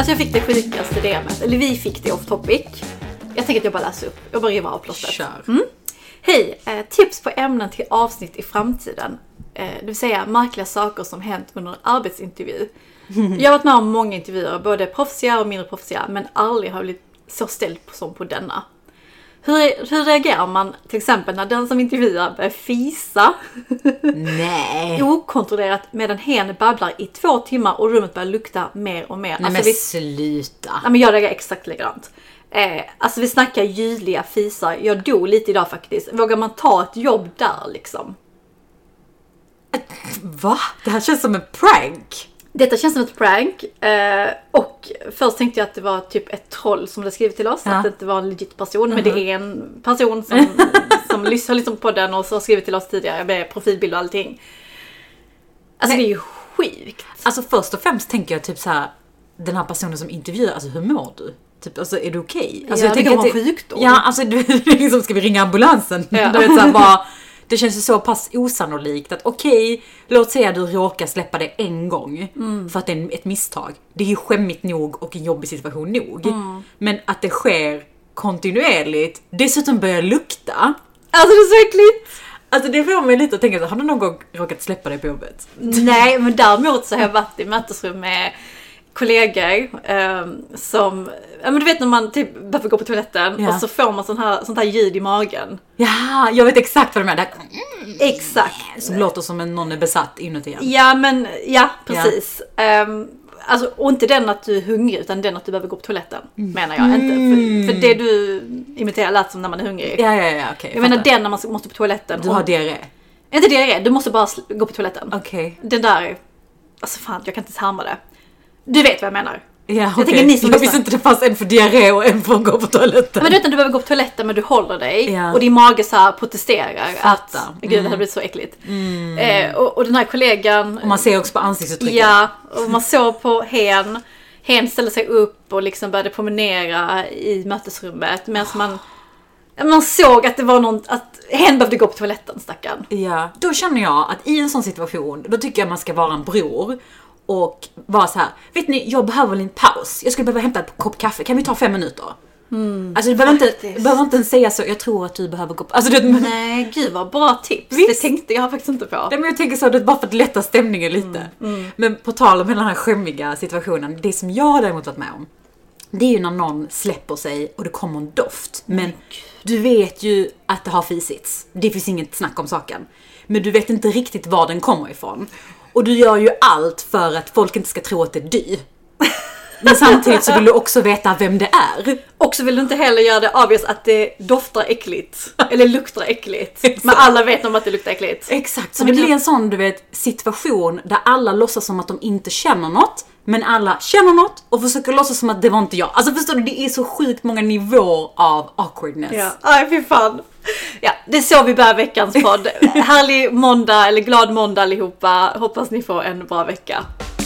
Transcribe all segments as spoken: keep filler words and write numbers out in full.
Alltså jag fick det sjukaste D M:et. Eller vi fick det off topic. Jag tänker att jag bara läser upp. Jag bara river av plåstret. Kör. Mm. Hej, eh, tips på ämnen till avsnitt i framtiden. Eh, det vill säga märkliga saker som hänt under en arbetsintervju. Jag har varit med om många intervjuer, både proffsiga och mindre proffsiga. Men aldrig har blivit så ställd som på denna. Hur, hur reagerar man till exempel när den som intervjuar börjar fisa? Nej. Okontrollerat medan hen babblar i två timmar och rummet börjar lukta mer och mer. Nej alltså, men vi, sluta. ja, men jag reagerar exakt likadant. Eh, alltså vi snackar ljudliga fisar. Jag dog lite idag faktiskt. Vågar man ta ett jobb där liksom? Va? Det här känns som en prank. Detta känns som ett prank. Eh, och först tänkte jag att det var typ ett troll som hade skrivit till oss. Ja. Att det inte var en legit person. Mm-hmm. Men det är en person som, som lyssnar liksom på den och så har skrivit till oss tidigare med profilbild och allting. Alltså Nej. det är ju sjukt. Alltså först och främst tänker jag typ så här, den här personen som intervjuar, alltså hur mår du? Typ, alltså är du okej? Okay? Alltså, Ja, jag tänker det kan att vara sjukdom. Ja, alltså du liksom, ska vi ringa ambulansen? Ja. Du vet, så här, bara, det känns ju så pass osannolikt att okej, okay, låt säga att du råkar släppa det en gång mm. för att det är ett misstag. Det är ju skämmigt nog och en jobbig situation nog. Mm. Men att det sker kontinuerligt, dessutom börjar lukta. Alltså det är så äckligt. Alltså det får mig lite att tänka så, har du någon gång råkat släppa det på jobbet? Nej, men däremot så har jag varit i mötesrum med kollegor eh, som, ja men du vet när man typ behöver gå på toaletten ja. och så får man sån här, sånt här ljud i magen. Ja, jag vet exakt vad du menar. Mm. Exakt. Som låter som en någon är besatt inuti igen. Ja, men ja, precis. Ja. Um, alltså, och inte den att du är hungrig utan den att du behöver gå på toaletten, mm. menar jag. Inte. För, för det du imiterar lät som när man är hungrig. Ja, ja, ja, okej. Okay, jag menar den när man måste på toaletten. Du har diarré. Inte diarré, du måste bara gå på toaletten. Okej. Okay. Den där, alltså fan, jag kan inte härma det. Du vet vad jag menar. Ja, jag okay. tänker ni som jag visste inte det fanns en för diarré och en för att gå på toaletten. Men du vet när du behöver gå på toaletten men du håller dig ja. och din mage så här protesterar. Fatta. Att, gud mm. det här blir så äckligt. Mm. Eh, och, och den här kollegan. Och man ser också på ansiktsuttrycket. Ja, och man såg på hen. Hen ställde sig upp och liksom började promenera i mötesrummet. Medan man, man såg att det var någon, att hen behövde gå på toaletten, stackarn. Ja, då känner jag att i en sån situation, då tycker jag man ska vara en bror. Och vara så här, vet ni, jag behöver en paus. Jag skulle behöva hämta ett kopp kaffe. Kan vi ta fem minuter? Mm, alltså du behöver inte, du behöver inte ens säga så. Jag tror att du behöver gå på. Alltså, du, nej, gud vad bra tips. Visst? Det tänkte jag faktiskt inte på. Nej, men jag tänker så, det är bara för att lätta stämningen lite. Mm, mm. Men på tal om hela den här skämmiga situationen. Det som jag däremot varit med om, det är ju när någon släpper sig och det kommer en doft. Men du vet ju att det har fisits. Det finns inget snack om saken. Men du vet inte riktigt var den kommer ifrån. Och du gör ju allt för att folk inte ska tro att det är du. Men samtidigt så vill du också veta vem det är. Och så vill du inte heller göra det obvious att det doftar äckligt. Eller luktar äckligt. Men alla vet om att det luktar äckligt. Exakt, så det blir en sån, du vet, situation där alla låtsas som att de inte känner något. Men alla känner något och försöker låtsas som att det var inte jag. Alltså förstår du, det är så sjukt många nivåer av awkwardness. Ja, aj fy fan. Ja, det är så vi börjar veckans podd. Härlig måndag, eller glad måndag allihopa. Hoppas ni får en bra vecka.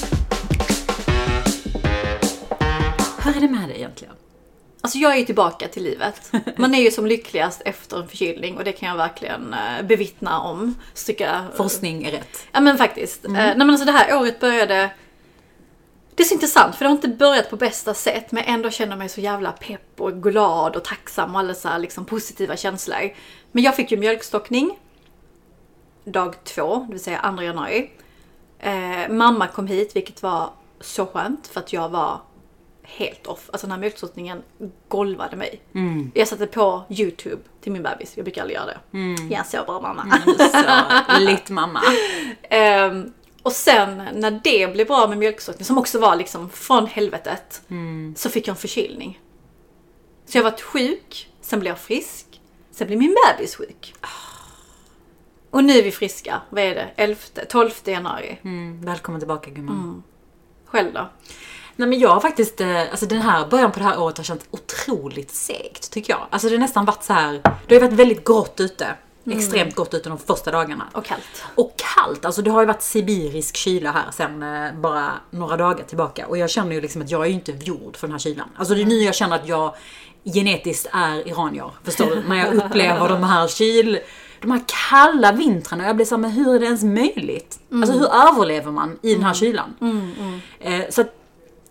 Hur är det med dig egentligen? Alltså jag är ju tillbaka till livet. Man är ju som lyckligast efter en förkylning och det kan jag verkligen bevittna om. Stycka, forskning är rätt. Ja men faktiskt. Mm. Nej men alltså det här året började... Det är så intressant för det har inte börjat på bästa sätt men ändå känner mig så jävla pepp och glad och tacksam och alla så här liksom positiva känslor. Men jag fick ju mjölkstockning dag två, det vill säga andra januari. Eh, mamma kom hit vilket var så skönt för att jag var helt off. Alltså den här mjölkstockningen golvade mig. Mm. Jag satte på YouTube till min bebis. Jag brukar aldrig göra det. Mm. Jag är så bra mamma. Mm, så litt mamma. um, Och sen när det blev bra med mjölkstockning, som också var liksom från helvetet, mm. så fick jag en förkylning. Så jag var sjuk, sen blev jag frisk, sen blev min bebis sjuk. Oh. Och nu är vi friska. Vad är det? elfte, tolfte januari. Mm, välkommen tillbaka gumman. Mm. Själv då? Nej men jag har faktiskt, alltså den här början på det här året har känts otroligt segt tycker jag. Alltså det har nästan varit så här, det har varit väldigt grått ute. Mm. Extremt gott ute de första dagarna. Och kallt. Och kallt, alltså det har ju varit sibirisk kyla här sen eh, bara några dagar tillbaka. Och jag känner ju liksom att jag är ju inte gjord för den här kylan. Alltså det är nu jag känner att jag genetiskt är iranier, förstår du? När jag upplever de här kyl, de här kalla vintrarna. Jag blir så här, men hur är det ens möjligt? Mm. Alltså hur överlever man i den här kylan? Mm, mm. Eh, så att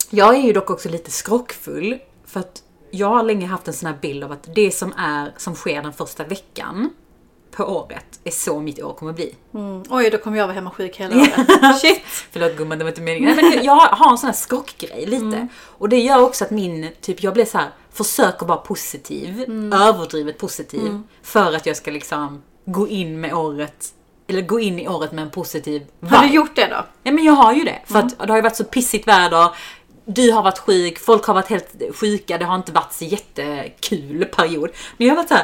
Jag är ju dock också lite skrockfull för att jag har länge haft en sån här bild av att det som är som sker den första veckan på året är så mitt år kommer bli. Mm. Oj, då kommer jag vara hemma sjuk hela året. Shit! Förlåt gumman, det var inte meningen. Nej, men jag har en sån här skrockgrej lite. Mm. Och det gör också att min, typ jag blir så här, försöker vara positiv, mm. överdrivet positiv. Mm. För att jag ska liksom gå in med året, eller gå in i året med en positiv vibe. Har du gjort det då? Ja, men jag har ju det. För mm. att det har ju varit så pissigt väder. Du har varit sjuk, folk har varit helt sjuka. Det har inte varit så jättekul period. Men jag har varit så här,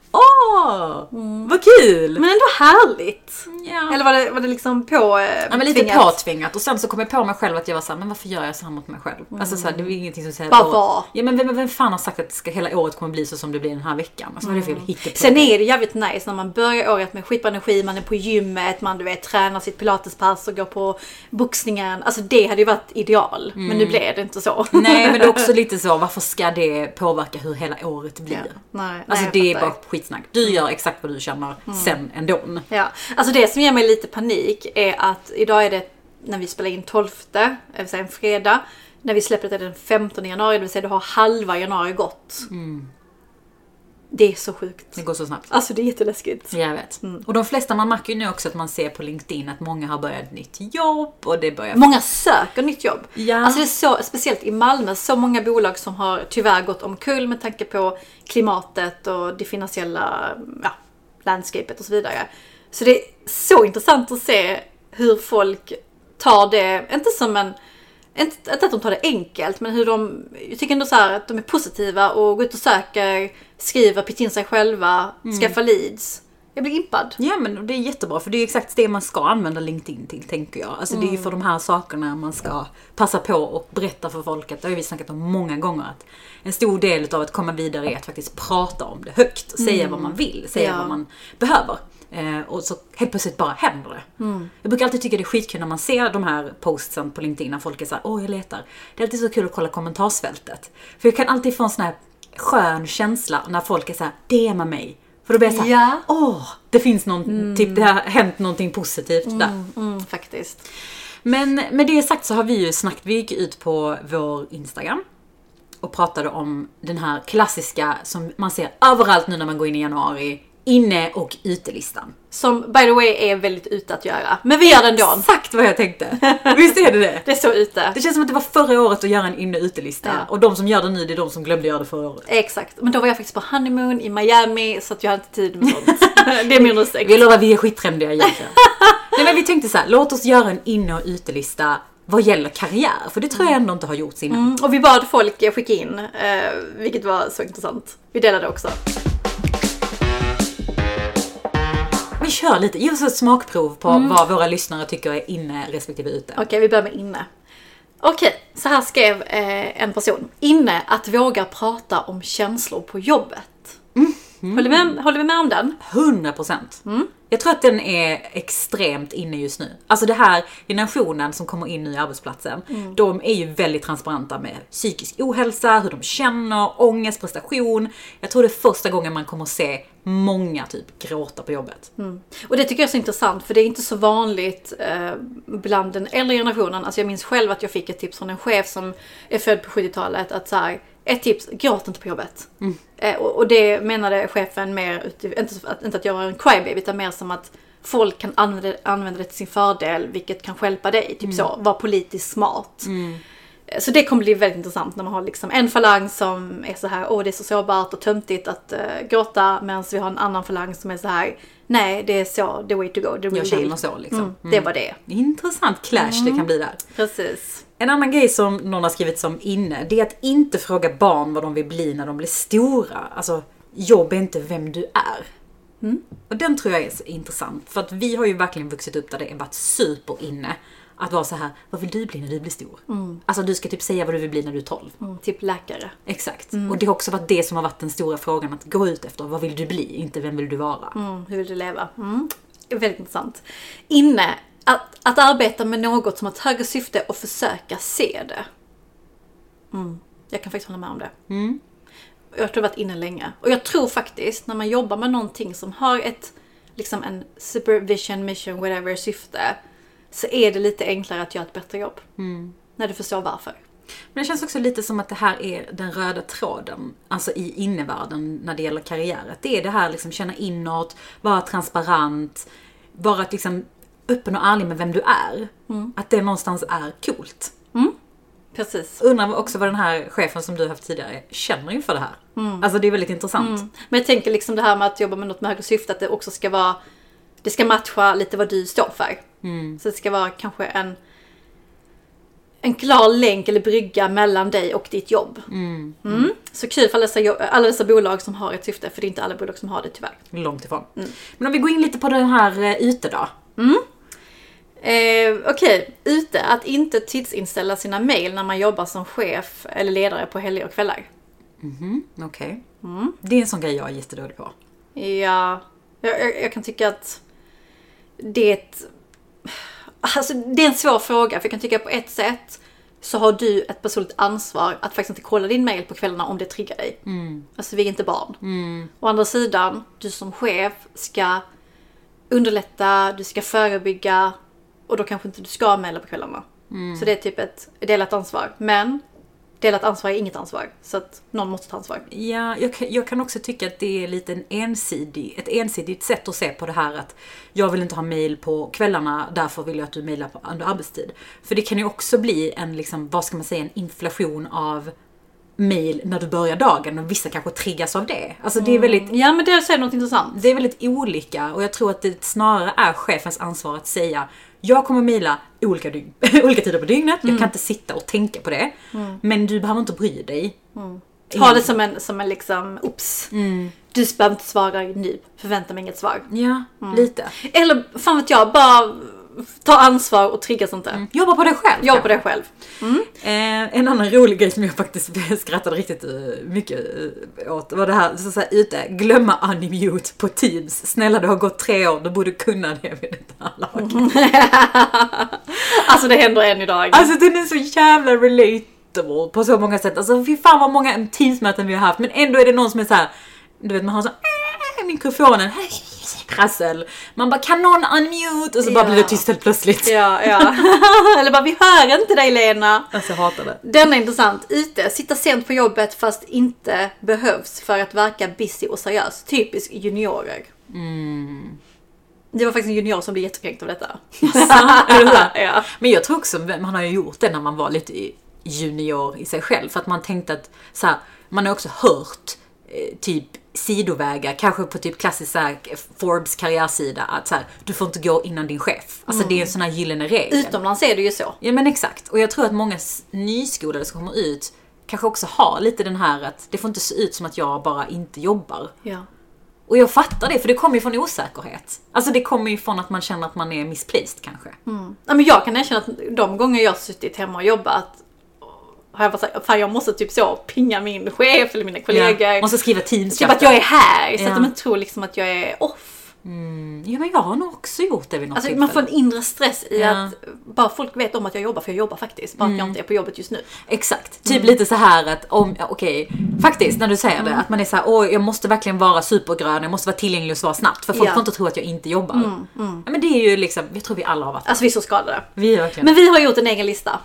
åh, mm. vad kul! Men ändå härligt. Ja. Eller var det, var det liksom på eh, ja, men lite påtvingat. Och sen så kom jag på mig själv att jag var så här, men varför gör jag så här mot mig själv? Mm. Alltså så här, det var ingenting som säger att var? Ja, men vem, vem fan har sagt att ska, hela året kommer bli så som det blir den här veckan? Alltså, mm. vad är det för hittepå? Sen är det jävligt nice när man börjar året med skit på energi, man är på gymmet, man du vet tränar sitt pilatespass och går på boxningen. Alltså det hade ju varit ideal. Mm. Men nu blev det inte så. Nej, men det är också lite så, varför ska det påverka hur hela året blir? Ja. Nej, alltså nej, det är bara skitsnack. Du gör exakt vad du känner mm. sen ändå. Ja, alltså det som ger mig lite panik är att idag är det när vi spelar in tolfte, det vill säga en fredag. När vi släpper det den femtonde januari, det vill säga du har halva januari gått. Mm. Det är så sjukt. Det går så snabbt. Alltså det är jätteläskigt. Jag vet. Mm. Och de flesta, man märker ju nu också att man ser på LinkedIn att många har börjat nytt jobb och det börjar... Många söker nytt jobb. Ja. Alltså det är så, speciellt i Malmö, så många bolag som har tyvärr gått omkull med tanke på klimatet och det finansiella, ja, landskapet och så vidare. Så det är så intressant att se hur folk tar det, inte som en, inte att de tar det enkelt, men hur de, jag tycker ändå så här att de är positiva och går ut och söker, skriver, pitch in sig själva, mm. skaffa leads. Jag blir impad. Ja, men det är jättebra, för det är exakt det man ska använda LinkedIn till, tänker jag. Alltså mm. det är ju för de här sakerna man ska passa på och berätta för folket. Det har vi snackat om många gånger, att en stor del av att komma vidare är att faktiskt prata om det högt och säga mm. vad man vill, säga ja. vad man behöver. Eh, och så helt plötsligt bara händer det. Mm. Jag brukar alltid tycka det är skitkul när man ser de här postsen på LinkedIn när folk är såhär, åh jag letar. Det är alltid så kul att kolla kommentarsfältet. För jag kan alltid få en sån här skön känsla när folk är såhär, D M mig. För då blir jag såhär, ja. åh, det finns någon, mm. typ det har hänt någonting positivt mm, där. Mm, faktiskt. Men med det sagt så har vi ju snackat, vi gick ut på vår Instagram och pratade om den här klassiska som man ser överallt nu när man går in i januari. Inne- och utelistan. Som, by the way, är väldigt ute att göra. Men vi gör den då. Exakt vad jag tänkte. Visst är det det? Det är så ute. Det känns som att det var förra året att göra en inne- och utelista. Ja. Och de som gör det nu, det är de som glömde göra det förra året. Exakt. Men då var jag faktiskt på honeymoon i Miami, så att jag hade inte tid med sånt. Det är min ursäkt. Vi lovar, vi är skittrendiga egentligen. Nej, men vi tänkte så här, låt oss göra en inne- och utelista vad gäller karriär. För det tror jag ändå inte har gjorts innan. Mm. Och vi bad folk skicka in, eh, vilket var så intressant. Vi delade också. Vi kör lite, ge oss ett smakprov på mm. vad våra lyssnare tycker är inne respektive ute. Okej, okay, vi börjar med inne. Okej, okay, så här skrev eh, en person. Inne, att våga prata om känslor på jobbet. Mm. Mm. Håller, vi med, håller vi med om den? hundra procent. Mm. Jag tror att den är extremt inne just nu. Alltså det här generationen som kommer in nu i arbetsplatsen, mm. de är ju väldigt transparenta med psykisk ohälsa, hur de känner, ångest, prestation. Jag tror det är första gången man kommer att se många typ gråta på jobbet. Mm. Och det tycker jag är så intressant, för det är inte så vanligt eh, bland den äldre generationen. Alltså jag minns själv att jag fick ett tips från en chef som är född på sjuttiotalet att så här, ett tips, gråt inte på jobbet. Mm. Eh, och, och det menade chefen mer, ut, inte, att, inte att jag var en crybaby, utan mer som att folk kan använda, använda det till sin fördel, vilket kan hjälpa dig. Typ mm. så, var politiskt smart. Mm. Eh, så det kommer bli väldigt intressant när man har liksom en falang som är så här, åh det är så sårbart och töntigt att uh, gråta, medan vi har en annan falang som är så här, nej det är så, the way to go. The jag känner så liksom. Mm, det var det. Intressant clash mm. det kan bli där. Precis. En annan grej som någon har skrivit som inne, det är att inte fråga barn vad de vill bli när de blir stora. Alltså, jobb är inte vem du är. Mm. Och den tror jag är så intressant. För att vi har ju verkligen vuxit upp där det har varit super inne. Att vara så här, vad vill du bli när du blir stor? Mm. Alltså du ska typ säga vad du vill bli när du är tolv. Mm. Typ läkare. Exakt. Mm. Och det har också varit det som har varit den stora frågan. Att gå ut efter, vad vill du bli? Inte vem vill du vara? Mm. Hur vill du leva? Mm. Det är väldigt intressant. Inne. Att, att arbeta med något som har ett högre syfte och försöka se det. Mm. Jag kan faktiskt hålla med om det. Mm. Jag tror det har varit inne länge. Och jag tror faktiskt när man jobbar med någonting som har ett, liksom en supervision, mission, whatever syfte, så är det lite enklare att göra ett bättre jobb. Mm. När du förstår varför. Men det känns också lite som att det här är den röda tråden, alltså i innevärlden när det gäller karriäret. Det är det här liksom känna inåt, vara transparent, vara liksom öppen och ärlig med vem du är. Mm. Att det någonstans är coolt. Mm. Precis. Undrar också vad den här chefen som du haft tidigare känner inför det här. Mm. Alltså det är väldigt intressant. Mm. Men jag tänker liksom det här med att jobba med något med högre syfte, att det också ska vara, det ska matcha lite vad du står för. Mm. Så det ska vara kanske en en klar länk eller brygga mellan dig och ditt jobb. Mm. Mm. Så kul för alla dessa, alla dessa bolag som har ett syfte, för det är inte alla bolag som har det tyvärr. Långt ifrån. Mm. Men om vi går in lite på det här uh, ute då. Mm. Eh, Okej, okay. Ute, att inte tidsinställa sina mejl när man jobbar som chef eller ledare på helger och kvällar. Mm-hmm. Okej. Okay. Mm. Det är en sån grej jag är jättedålig på. Ja, jag, jag, jag kan tycka att det är ett... Alltså det är en svår fråga, för jag kan tycka på ett sätt så har du ett personligt ansvar att faktiskt inte kolla din mail på kvällarna om det triggar dig. Mm. Alltså vi är inte barn. Mm. Å andra sidan, du som chef ska underlätta, du ska förebygga, och då kanske inte du ska mejla på kvällarna. Mm. Så det är typ ett delat ansvar. Men delat ansvar är inget ansvar. Så att någon måste ta ansvar. Ja, jag kan, jag kan också tycka att det är lite en ensidig, ett ensidigt sätt att se på det här att jag vill inte ha mejl på kvällarna, därför vill jag att du mejlar på under arbetstid. För det kan ju också bli en, liksom, vad ska man säga, en inflation av mejl när du börjar dagen, och vissa kanske triggas av det. Alltså det är väldigt... Mm. Ja, men det är något intressant. Det är väldigt olika, och jag tror att det snarare är chefens ansvar att säga: jag kommer mejla olika, dygn, olika tider på dygnet, mm. jag kan inte sitta och tänka på det, mm. men du behöver inte bry dig. Mm. Ha det som en, som en liksom, ups. Mm. Du behöver inte svara nu, förvänta mig inget svar. Ja, mm. lite. Eller, fan vet jag, bara ta ansvar och triggas inte. Mm. Jobba på det själv. Jobba på det själv. Mm. Eh, en annan rolig grej som jag faktiskt skrattade riktigt uh, mycket uh, åt var det här, så att säga, ute, glömma unmute på Teams. Snälla, det har gått tre år, du borde kunna det vid det här laget. Mm. Alltså det händer än idag. Alltså den är så jävla relatable på så många sätt. Alltså fy fan vad många Teams-möten vi har haft, men ändå är det någon som är så här, du vet, man har så äh, mikrofonen, krassel. Man bara, kan någon unmute? Och så ja. bara blir det tyst helt plötsligt. Ja, ja. Eller bara, vi hör inte dig, Lena. Alltså jag hatar det. Den är intressant. Ute, sitta sent på jobbet fast inte behövs för att verka busy och seriös. Typisk juniorer. Mm. Det var faktiskt en junior som blev jättekränkt av detta. Ja. Men jag tror också, man har ju gjort det när man var lite junior i sig själv. För att man tänkte att, så här, man har också hört eh, typ sidovägar, kanske på typ klassisk så här, Forbes karriärsida, att så här, du får inte gå innan din chef. Alltså mm. det är en sån här gyllene regel. Utomlands är det ju så. Ja, men exakt. Och jag tror att många nyskolade som kommer ut kanske också har lite den här att det får inte se ut som att jag bara inte jobbar. Ja. Och jag fattar det, för det kommer ju från osäkerhet. Alltså det kommer ju från att man känner att man är misplaced kanske. Mm. Ja, men jag kan erkänna att de gånger jag har suttit hemma och jobbat, har jag varit såhär, fan jag måste typ så pinga min chef eller mina kollegor. Ja. Måste skriva Teams. Typ att jag är här, så ja. att de inte tror liksom att jag är off. Mm. Ja, men jag har nog också gjort det vid något alltså, tillfälle. Man får en inre stress i ja. att bara folk vet om att jag jobbar, för jag jobbar faktiskt. Bara mm. att jag inte är på jobbet just nu. Exakt. Typ mm. lite så här att om, okej, okay, faktiskt när du säger mm. det, att man är så här, åh, jag måste verkligen vara supergrön, jag måste vara tillgänglig och svara snabbt, för folk ja. får inte tro att jag inte jobbar. Mm. Mm. Ja, men det är ju liksom, jag tror vi alla har varit. Alltså vi är så skadade. Vi är verkligen. Men vi har gjort en egen lista.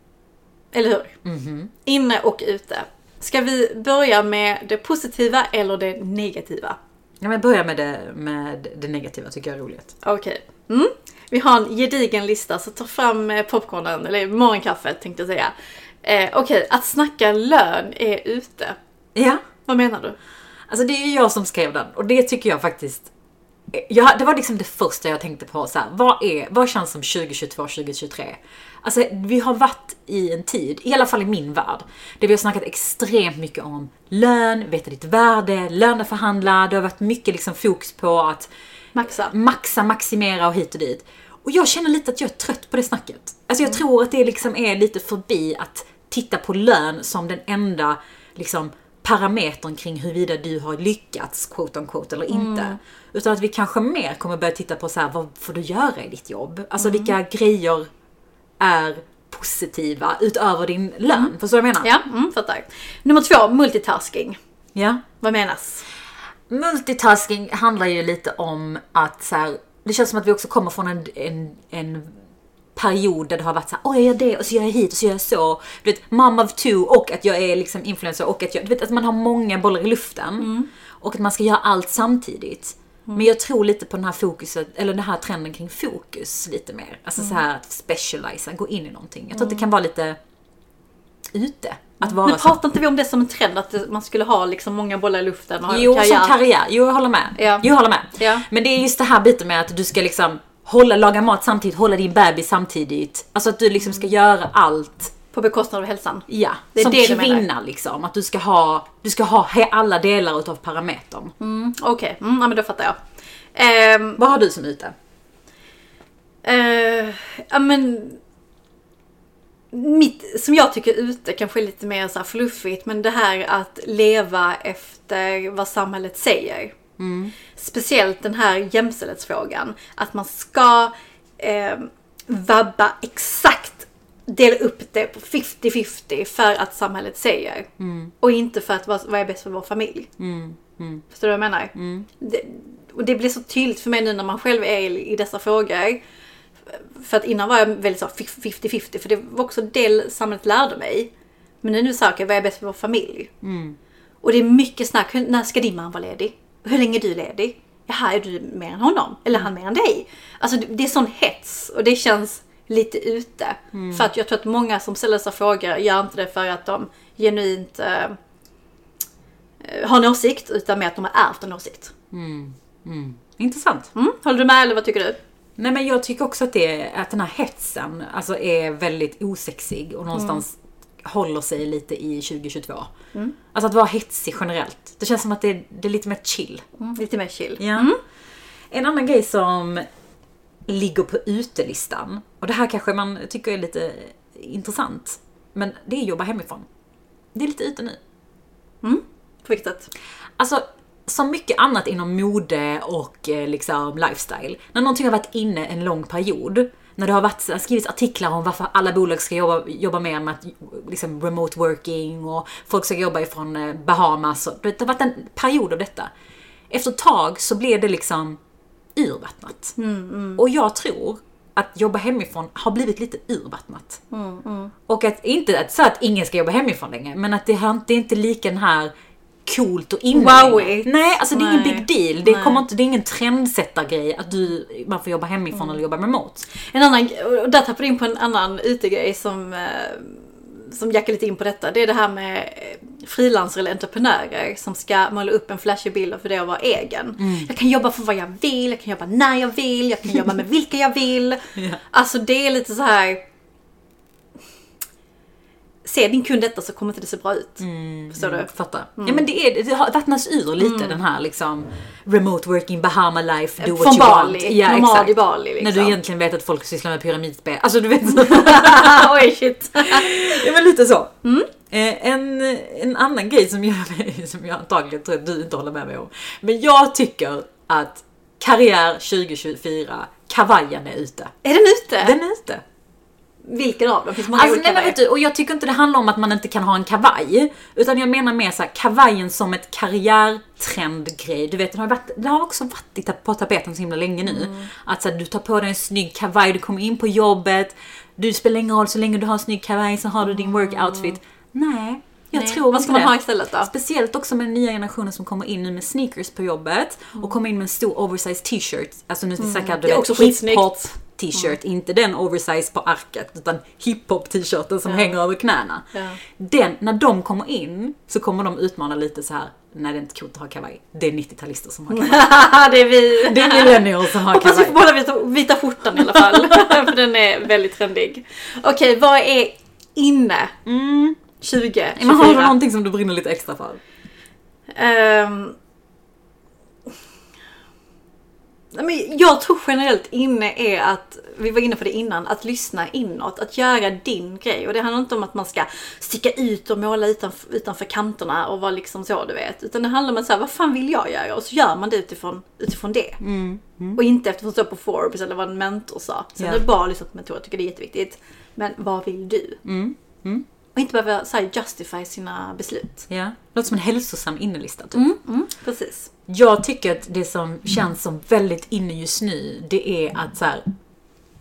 Eller hur? Mm-hmm. Inne och ute. Ska vi börja med det positiva eller det negativa? Ja, men börja med det, med det negativa, tycker jag är roligt. Okej. Okay. Mm. Vi har en gedigen lista, så ta fram popcornen, eller morgonkaffet tänkte jag säga. Eh, Okej, okay. Att snacka lön är ute. Ja. Vad menar du? Alltså det är ju jag som skrev den, och det tycker jag faktiskt, jag, det var liksom det första jag tänkte på. Så här, vad, är, vad känns som tjugo tjugotvå tjugo tjugotre? Alltså vi har varit i en tid, i alla fall i min värld, där vi har snackat extremt mycket om lön, veta ditt värde, löneförhandla. Det har varit mycket liksom fokus på att maxa, maxa maximera och hit och dit. Och jag känner lite att jag är trött på det snacket. Alltså jag mm. tror att det liksom är lite förbi att titta på lön som den enda liksom parametern kring huruvida du har lyckats, quote on quote, eller inte. Mm. Utan att vi kanske mer kommer börja titta på så här, vad får du göra i ditt jobb? Alltså mm. vilka grejer är positiva utöver din lön. Mm. Förstår du vad jag menar? Ja, mm, fattar. Nummer två, multitasking. Ja. Vad menas? Multitasking handlar ju lite om att så här, det känns som att vi också kommer från en, en, en period där det har varit så här, åh jag gör det och så gör jag hit och så gör jag så. Du vet, mom of two och att jag är liksom influencer och att jag, du vet att man har många bollar i luften. Mm. Och att man ska göra allt samtidigt. Mm. Men jag tror lite på den här fokuset, eller den här trenden kring fokus lite mer. Alltså mm. så här att specialisa, gå in i någonting. Jag tror mm. att det kan vara lite ute. Att vara men pratar inte vi om det som en trend, att man skulle ha liksom många bollar i luften och jo, karriär? som karriär. Jo, jag håller med. Ja. Jo, jag håller med. Ja. Men det är just det här biten med att du ska liksom hålla, laga mat samtidigt, hålla din bebis samtidigt. Alltså att du liksom ska göra allt. På bekostnad av hälsan. Ja, det är som det kvinna liksom. Att du ska ha, du ska ha alla delar utav parametern. Mm, Okej, okay. mm, ja, men då fattar jag. Um, Vad har du som ute? Uh, ja men... Mitt, som jag tycker ute kanske är lite mer så här fluffigt, men det här att leva efter vad samhället säger. Mm. Speciellt den här jämställdhetsfrågan. Att man ska eh, vabba exakt, dela upp det på femtio femtio för att samhället säger. Mm. Och inte för att vad, vad är bäst för vår familj. Mm. Mm. Förstår du vad jag menar? Mm. Det, och det blir så tydligt för mig nu när man själv är i, i dessa frågor. För att innan var jag väldigt så femtio femtio, för det var också det samhället lärde mig. Men nu är det så, okay, vad är bäst för vår familj? Mm. Och det är mycket snack, när ska din man vara ledig? Hur länge är du ledig? Jaha, är du mer än honom? Eller han mer än dig? Alltså det är sån hets och det känns lite ute. Mm. För att jag tror att många som ställer sig frågor gör inte det för att de genuint äh, har en åsikt, utan med att de har ärvt en åsikt. Mm. Mm. Intressant. Mm. Håller du med eller vad tycker du? Nej, men jag tycker också att, det, att den här hetsen alltså är väldigt osexig och någonstans mm. håller sig lite i tjugo tjugotvå. Mm. Alltså att vara hetsig generellt. Det känns som att det är, det är lite mer chill. Mm. Lite mer chill. Ja. Mm. En annan grej som ligger på utelistan, och det här kanske man tycker är lite intressant, men det är jobba hemifrån. Det är lite ute nu. Mm. På vilket? Alltså, som mycket annat inom mode och eh, liksom lifestyle. När någonting har varit inne en lång period, när det har varit, skrivits artiklar om varför alla bolag ska jobba, jobba mer med att, liksom remote working och folk ska jobba ifrån eh, Bahamas. Och, det har varit en period av detta. Efter ett tag så blev det liksom urvattnat. Mm, mm. Och jag tror att jobba hemifrån har blivit lite urvattnat. Mm, mm. Och att inte att, så att ingen ska jobba hemifrån längre, men att det, har, det är inte lika den här coolt och inne. Wow. Nej, alltså det är ingen big deal. Det, kommer inte, det är ingen trendsättargrej att du, man får jobba hemifrån mm. eller jobba remote. En annan, och där tappar du in på en annan utegrej som, som jackar lite in på detta. Det är det här med frilansare eller entreprenörer som ska måla upp en flashig bild för det att vara egen. Mm. Jag kan jobba för vad jag vill, jag kan jobba när jag vill, jag kan jobba med vilka jag vill. Yeah. Alltså det är lite så här. Se din kund detta så kommer inte det se bra ut. Mm, Förstår du? Fattar. Mm. Ja, men det, är, det har vattnats ur lite mm. den här liksom remote working, Bahama life, do what Från you Bali. want. Ja, Nomad exakt. i Bali. Liksom. När du egentligen vet att folk sysslar med pyramidspel. Alltså du vet. Oj shit. Ja, men lite så. Mm. Eh, en, en annan grej som jag, som jag antagligen tror att du inte håller med mig om. Men jag tycker att karriär tjugo tjugofyra, kavajen är ute. Är den ute? Den är ute. Vilken av dem? Finns många alltså, nej, men vet du, och jag tycker inte det handlar om att man inte kan ha en kavaj, utan jag menar mer så här, kavajen som ett karriärtrendgrej. Du vet, det har, varit, det har också varit på tapeten så himla länge nu. Mm. Att så här, du tar på dig en snygg kavaj, du kommer in på jobbet, du spelar ingen roll så länge du har en snygg kavaj så har du din work outfit. Nej. Jag Nej. tror Vad ska man ha istället då? Speciellt också med den nya generationen som kommer in nu med sneakers på jobbet mm. och kommer in med en stor oversized t-shirt. Alltså nu mm. säkert, du det är vet, också hiphop t-shirt, mm. inte den oversize på arket utan hiphop t-shirten som ja. hänger över knäna. Ja. Den, när de kommer in så kommer de utmana lite så här. Nej, det är inte coolt att ha kavaj. Det är nittio-talister som har kavaj. Det är vi. Det är millennials som har hoppas kavaj. Hoppas vi får båda vita, vita skjortan i alla fall. För den är väldigt trendig. Okej, okay, vad är inne? Mm. tjugo tjugofyra. Men har du någonting som du brinner lite extra för? Um, men jag tror generellt inne är att, vi var inne på det innan, att lyssna inåt, att göra din grej. Och det handlar inte om att man ska sticka ut och måla utanför, utanför kanterna och vara liksom så, du vet. Utan det handlar om att säga, vad fan vill jag göra? Och så gör man det utifrån, utifrån det. Mm. Mm. Och inte eftersom så på Forbes eller vad en mentor sa. Sen yeah. är det bara lyssna på mentor, jag tycker det är jätteviktigt. Men vad vill du? Mm. Mm. Och inte behöva så här, justify sina beslut. Ja, låter som en hälsosam innelista typ. Mm, mm, precis. Jag tycker att det som känns som väldigt inne just nu, det är att så här,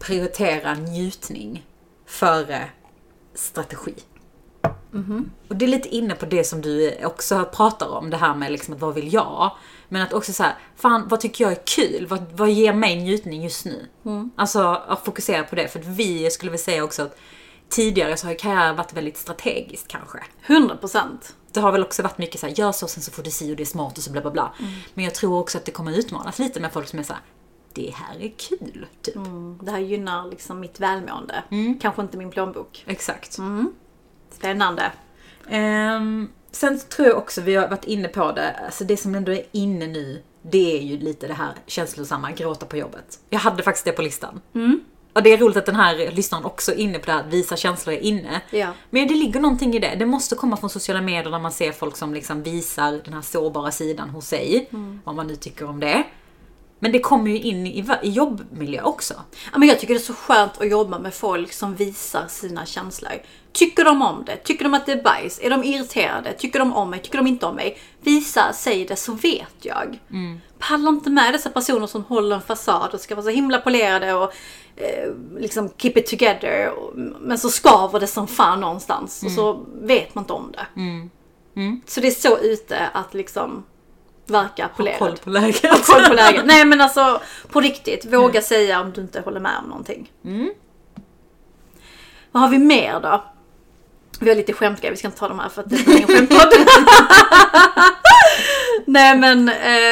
prioritera njutning före strategi. Mm-hmm. Och det är lite inne på det som du också pratar om, det här med liksom att vad vill jag? Men att också så här, fan, vad tycker jag är kul? Vad, vad ger mig njutning just nu? Mm. Alltså att fokusera på det. För att vi skulle väl säga också att tidigare så har karriär varit väldigt strategiskt kanske. hundra procent. Det har väl också varit mycket så här, gör så, sen så får du se och det är smart och så bla bla bla. Mm. Men jag tror också att det kommer utmanas lite med folk som är så här, det här är kul, typ. Mm. Det här gynnar liksom mitt välmående. Mm. Kanske inte min plånbok. Exakt. Mm. Spännande. Um, sen tror jag också, vi har varit inne på det, alltså det som ändå är inne nu, det är ju lite det här känslosamma, gråta på jobbet. Jag hade faktiskt det på listan. Mm. Och det är roligt att den här lyssnaren också är inne på det här, att visa känslor är inne. Ja. Men det ligger någonting i det. Det måste komma från sociala medier när man ser folk som liksom visar den här sårbara sidan hos sig. Mm. Vad man nu tycker om det. Men det kommer ju in i, i jobbmiljö också. Ja, men jag tycker det är så skönt att jobba med folk som visar sina känslor. Tycker de om det? Tycker de att det är bajs? Är de irriterade? Tycker de om mig? Tycker de inte om mig? Visa, säg det så vet jag. Mm. Pallar inte med dessa personer som håller en fasad och ska vara så himla polerade och eh, liksom keep it together. Och, men så skaver det som fan någonstans. Mm. Och så vet man inte om det. Mm. Mm. Så det är så ute att liksom verka polerad. Ha koll på läget. Ha koll på läget. Nej men alltså på riktigt. Våga mm. säga om du inte håller med om någonting. Mm. Vad har vi mer då? Vi har lite skämtgrejer, vi ska inte ta de här för att det är ingen skämtpodd. Nej men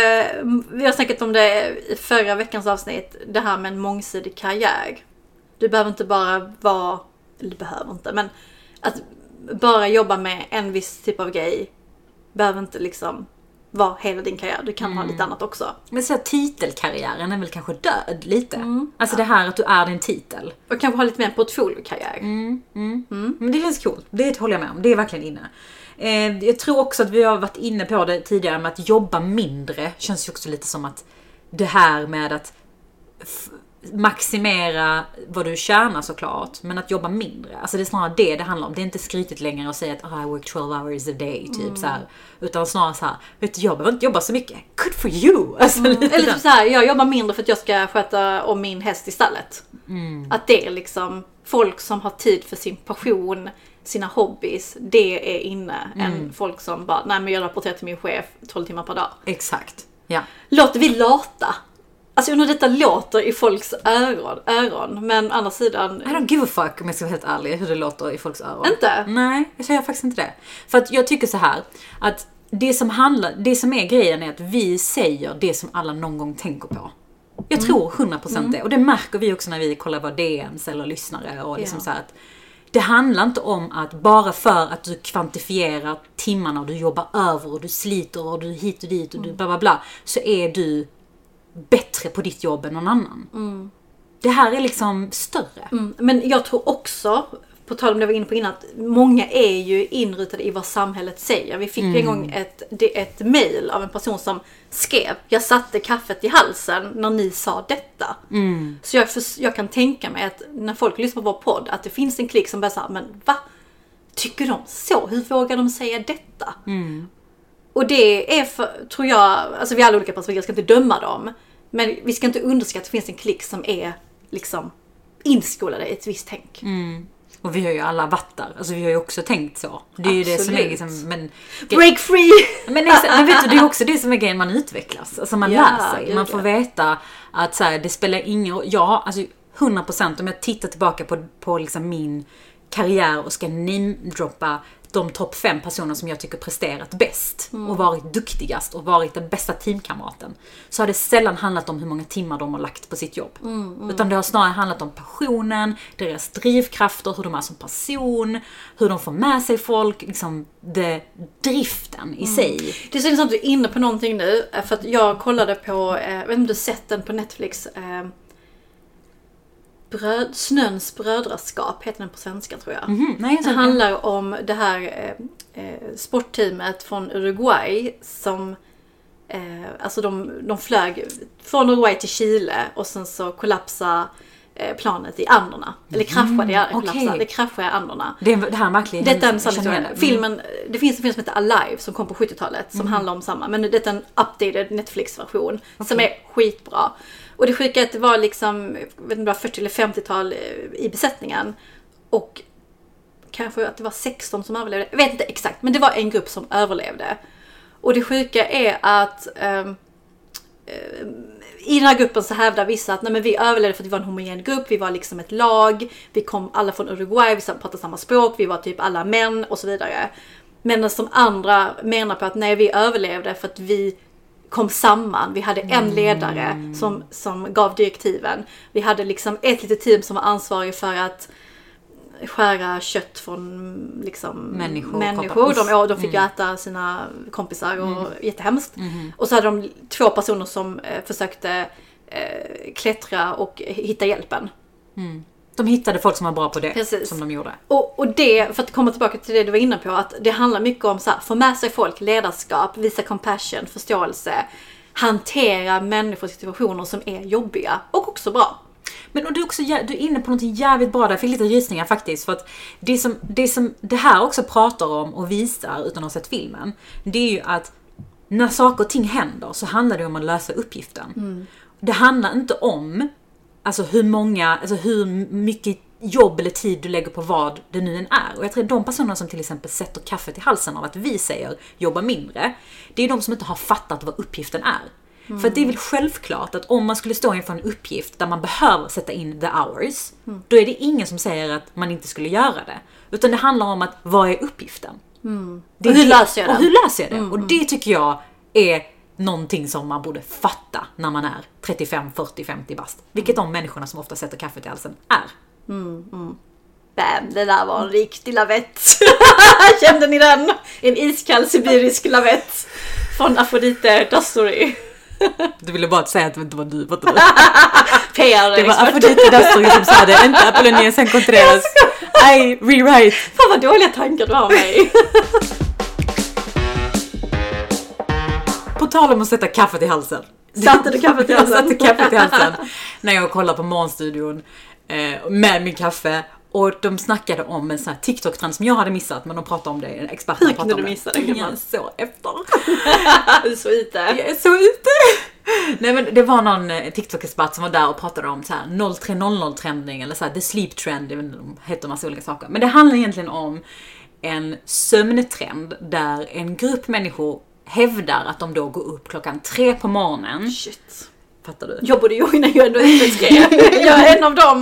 eh, vi har snackat om det i förra veckans avsnitt. Det här med en mångsidig karriär. Du behöver inte bara vara, eller du behöver inte, men att bara jobba med en viss typ av grej behöver inte liksom vara hela din karriär. Du kan mm. ha lite annat också. Men så här, titelkarriären är väl kanske död lite. Mm. Alltså ja. Det här att du är din titel. Och kanske ha lite mer en portfoliokarriär. Mm. Mm. Mm. Men det känns coolt. Det håller jag med om. Det är verkligen inne. Eh, jag tror också att vi har varit inne på det tidigare med att jobba mindre. Känns ju också lite som att det här med att f- maximera vad du tjänar såklart, men att jobba mindre. Alltså det är snarare det det handlar om. Det är inte skrytigt längre att säga att oh, I work twelve hours a day typ mm. så här, utan snarare så här, vet du, jag behöver inte jobba så mycket. Good for you. Alltså, mm. Eller typ så här, jag jobbar mindre för att jag ska sköta om min häst i stallet. Mm. Att det är liksom folk som har tid för sin passion, sina hobbies, det är inne mm. än folk som bara, nej men jag rapporterar till min chef tolv timmar per dag. Exakt. Ja. Låter vi lata? Alltså undrar detta låter i folks öron, öron, men andra sidan... I don't give a fuck om jag ska vara helt ärlig hur det låter i folks öron. Inte? Nej, jag säger faktiskt inte det. För att jag tycker så här, att det som handlar, det som är grejen är att vi säger det som alla någon gång tänker på. Jag mm. tror hundra procent mm. det. Och det märker vi också när vi kollar våra D Ms eller lyssnare och liksom ja. Så här att det handlar inte om att bara för att du kvantifierar timmarna och du jobbar över och du sliter och du hit och dit och du bla bla bla, så är du bättre på ditt jobb än någon annan. Mm. Det här är liksom större. Mm. Men jag tror också, på tal om det jag var inne på innan, att många är ju inrutade i vad samhället säger. Vi fick mm. en gång ett, ett mejl av en person som skrev, jag satte kaffet i halsen när ni sa detta. Mm. Så jag, för, jag kan tänka mig att när folk lyssnar på vår podd, att det finns en klick som bara säger, men va? Tycker de så? Hur vågar de säga detta? Mm. Och det är för, tror jag, alltså vi är alla olika personer, jag ska inte döma dem. Men vi ska inte underskatta att det finns en klick som är liksom inskolade i ett visst tänk. Mm. Och vi har ju alla varit där. Alltså vi har ju också tänkt så. Det är ju det som är liksom, men break free! Men, men vet du, det är också det som är grejen, man utvecklas. Alltså man ja, lär sig. Man får veta att så här, det spelar ingen, ja, alltså hundra procent om jag tittar tillbaka på, på liksom min karriär och ska namedroppa de topp fem personer som jag tycker presterat bäst mm. och varit duktigast och varit den bästa teamkamraten, så har det sällan handlat om hur många timmar de har lagt på sitt jobb. Mm, mm. Utan det har snarare handlat om passionen, deras drivkrafter, hur de är som person, hur de får med sig folk, liksom det, driften i mm. sig. Det är så intressant att du är inne på någonting nu, för att jag kollade på, eh, jag vet inte om du sett den på Netflix, eh, Bröd, Snöns brödraskap heter den på svenska tror jag. Mm-hmm. Nej, det handlar om det här eh, eh, sportteamet från Uruguay som eh, alltså de, de flög från Uruguay till Chile och sen så kollapsade planet i Anderna. Eller kraschade, mm, okay. det kraschade i Anderna. Det, det här är verkligen... Detta är en sann historia. Mm. Filmen, det finns en film som heter Alive som kom på sjuttiotalet som mm. handlar om samma. Men det är en updated Netflix-version okay. som är skitbra. Och det sjuka är att det var liksom, jag vet inte, fyrtio eller femtiotal i besättningen. Och kanske att det var sexton som överlevde. Jag vet inte exakt, men det var en grupp som överlevde. Och det sjuka är att um, i den här gruppen så hävdar vissa att nej, men vi överlevde för att vi var en homogen grupp, vi var liksom ett lag, vi kom alla från Uruguay, vi pratade samma språk, vi var typ alla män och så vidare. Men som andra menar på att nej, vi överlevde för att vi kom samman, vi hade en ledare mm. som, som gav direktiven. Vi hade liksom ett litet team som var ansvarig för att skära kött från liksom människor. människor. De, ja, de fick mm. äta sina kompisar och mm. jättehemskt. Mm. Och så hade de två personer som eh, försökte eh, klättra och hitta hjälpen. Mm. De hittade folk som var bra på det. Precis. Som de gjorde. Och, och det, för att komma tillbaka till det du var inne på, att det handlar mycket om så här, få med sig folk, ledarskap, visa compassion, förståelse, hantera människors situationer som är jobbiga och också bra. Men och du är också du är inne på något jävligt bra där, för lite rysningar faktiskt, för att det som, det som det här också pratar om och visar utan att ha sett filmen, det är ju att när saker och ting händer så handlar det om att lösa uppgiften. Mm. Det handlar inte om alltså hur många, alltså hur mycket jobb eller tid du lägger på vad det nu än är. Och jag tror att de personerna som till exempel sätter kaffet i halsen av att vi säger jobba mindre, det är de som inte har fattat vad uppgiften är. Mm. För det är väl självklart att om man skulle stå inför en uppgift där man behöver sätta in the hours, mm. då är det ingen som säger att man inte skulle göra det. Utan det handlar om att vad är uppgiften? Mm. Och hur löser jag det? Och hur löser jag det? Mm. Och det tycker jag är någonting som man borde fatta när man är trettiofem, fyrtio, femtio bast. Vilket de människorna som ofta sätter kaffet i halsen är. Mm, mm. Bam, det där var en riktig lavett. Kände ni den? En iskall sibirisk lavett från Aphrodite Dastori. Du ville bara säga att det inte var du. P R det var Aphrodite Dastori som sa det, inte Apollonius sen Contreras. I rewrite. Fan vad dåliga tankar du har mig. På tal om att sätta kaffet i halsen. Satte du kaffet i halsen? Jag satte kaffet i halsen när jag kollade på Morgonstudion eh, med min kaffe. Och de snackade om en sån här TikTok-trend som jag hade missat, men de pratade om det, experterna pratade om det. Hur kunde du missa det? Jag så efter. Du är så ute. Jag är så ute. Nej, men det var någon TikTok-expert som var där och pratade om så här noll tre noll noll-trending eller så här the sleep trend, de heter en massa olika saker. Men det handlar egentligen om en sömntrend där en grupp människor hävdar att de då går upp klockan tre på morgonen. Shit. Fattar du? Jag borde joina ju ändå inte tre. Jag är en av dem.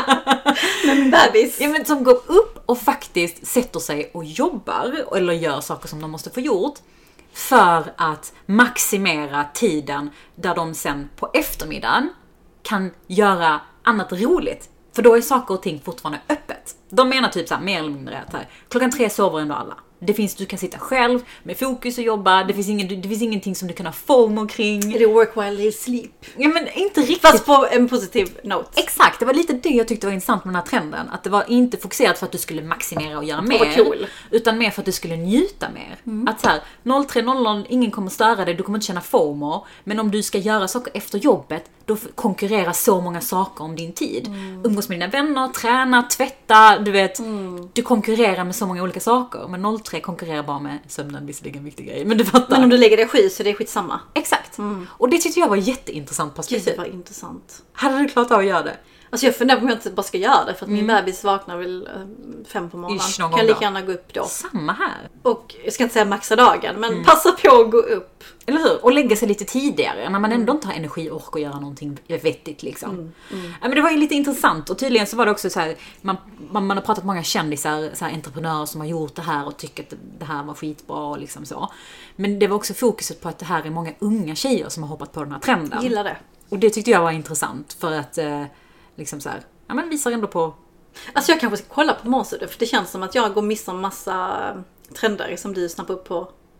Med min bebis. Ja, men som går upp och faktiskt sätter sig och jobbar eller gör saker som de måste få gjort för att maximera tiden där de sen på eftermiddagen kan göra annat roligt. För då är saker och ting fortfarande öppet. De menar typ så här, mer eller mindre att här, klockan tre sover ändå alla. Det finns, du kan sitta själv med fokus och jobba. Det finns, ingen, det finns ingenting som du kan ha FOMO kring. Är det work while you sleep? Ja, men inte riktigt. Fast på en positiv note. Exakt, det var lite det jag tyckte var intressant med den här trenden. Att det var inte fokuserat för att du skulle maximera och göra mer. Cool. Utan mer för att du skulle njuta mer. Mm. Att så här, noll tre noll noll, ingen kommer störa dig, du kommer inte känna FOMO. Men om du ska göra saker efter jobbet, då konkurrerar så många saker om din tid. Mm. Umgås med dina vänner, träna, tvätta, du vet. Mm. Du konkurrerar med så många olika saker. Men noll tre konkurrerar bara med sömnen, visserligen en viktig grej. Men du fattar. Men om du lägger det skit så det är skitsamma. Exakt. Mm. Och det tyckte jag var jätteintressant perspektiv. Det var intressant. Hade du klart av att göra det? Alltså jag funderar på om jag inte bara ska göra det. För att mm. min bebis vaknar väl fem på morgonen. Kan jag lika gärna gå upp då. Samma här. Och jag ska inte säga maxa dagen. Men mm. passa på att gå upp. Eller hur? Och lägga sig lite tidigare. När man ändå inte har energi och ork att göra någonting vettigt liksom. Mm. Mm. Ja, men det var ju lite intressant. Och tydligen så var det också så här. Man, man, man har pratat med många kändisar, så här, entreprenörer som har gjort det här. Och tycker att det här var skitbra och liksom så. Men det var också fokuset på att det här är många unga tjejer som har hoppat på den här trenden. Gillar det. Och det tyckte jag var intressant. För att eh, liksom så här. Ja, men visar ändå på. Alltså jag kanske ska kolla på Morgonstudion. För det känns som att jag går missa en massa trender som du snappar upp på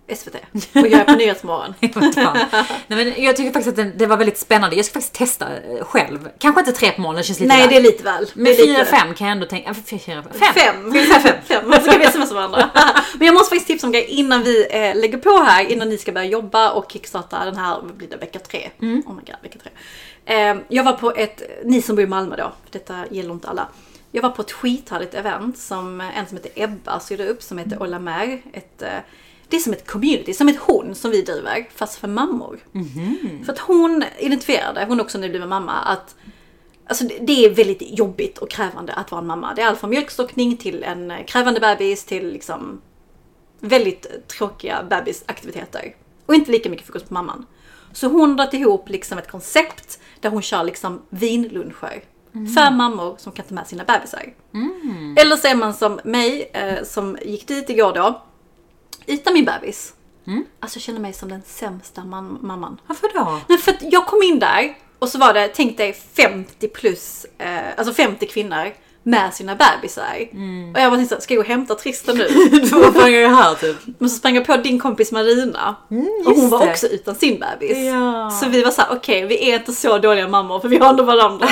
S V T. Och jag är på Nyhetsmorgon. Nej, men jag tycker faktiskt att det, det var väldigt spännande. Jag ska faktiskt testa själv. Kanske inte tre på morgonen, känns lite Nej, väl. det är lite väl. Men fyra, fem kan jag ändå tänka. Fem. Fem. Fem. Fem. Fem. Så kan vi smsa varandra. Men jag måste faktiskt tipsa om grejer innan vi eh, lägger på här. Innan ni ska börja jobba och kickstarta den här, vad blir det, vecka tre. Mm. Oh my god, vecka tre. Eh, jag var på ett, ni som bor i Malmö då, för detta gäller inte alla. Jag var på ett skithärligt event som en som heter Ebba styrde upp, som heter Ola Mer. Ett, det är som ett community, som ett hon som vi driver, fast för mammor. Mm-hmm. För att hon identifierade, hon också nu blir mamma, att alltså, det är väldigt jobbigt och krävande att vara en mamma. Det är allt från mjölkstockning till en krävande bebis till liksom väldigt tråkiga bebisaktiviteter. Och inte lika mycket fokus på mamman. Så hon har dragit ihop liksom ett koncept där hon kör liksom vinluncher. Mm. För mammor som kan ta med sina bebisar. Mm. Eller så är man som mig eh, som gick dit igår då. Utan min bebis. Mm. Alltså jag känner mig som den sämsta man- mamman. Varför då? Nej, för att jag kom in där och så var det, tänk dig femtio plus, eh, alltså femtio kvinnor med sina bebisar. Mm. Och jag bara tänkte, ska jag gå och hämta Tristan nu? Vad fan gör jag här typ? Men så sprang jag på din kompis Marina. Mm, och hon var det. Också utan sin bebis. Ja. Så vi var så här: okej, okay, vi är inte så dåliga mammor för vi har ändå varandra.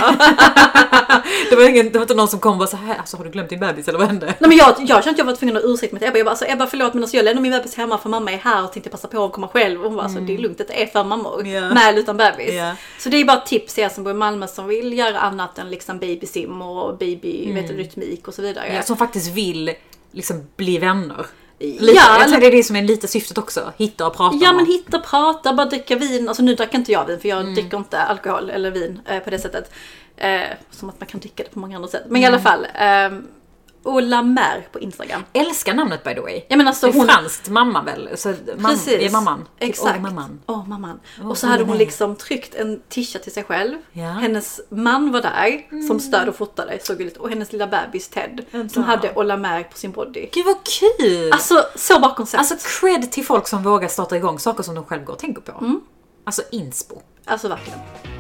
det, var ingen, det var inte någon som kom och var så här: alltså har du glömt din bebis eller vad hände? Nej, men jag, jag kände att jag var tvungen att ursäkta mig till Ebba. Jag bara, alltså, Ebba förlåt, men alltså, jag lämnar min bebis hemma för mamma är här och tänkte passa på att komma själv. Och hon bara, mm. alltså, det är lugnt, det är för mammor. Yeah. Med eller utan bebis. Yeah. Så det är bara tips er som bor i Malmö som vill göra annat än liksom babysim och baby, mm. vet du, rytmik och så vidare. Ja, som faktiskt vill liksom bli vänner. Lite, ja, jag tror det är det som är lite syftet också. Hitta och prata. Ja, men hitta och prata, bara dricka vin. Alltså nu dricker inte jag vin för jag mm. dricker inte alkohol eller vin eh, på det sättet. Eh, som att man kan dricka det på många andra sätt. Men mm. i alla fall, eh, Ola Mer på Instagram. Älskar namnet by the way. Ja, men alltså, det är hon... franskt mamma väl? Så mam... Precis. Är mamman. Exakt. Åh, mamman. Oh, mamman. Oh, och så hade hon med. liksom tryckt en t-shirt till sig själv. Ja. Hennes man var där mm. som stöd och fotade. Så gulligt. Och hennes lilla bebis Ted. Mm. Som hade Ola Mer på sin body. Gud vad kul! Alltså så bakom koncept. Alltså cred till folk som vågar starta igång saker som de själv går och tänker på. Mm. Alltså inspo. Alltså verkligen.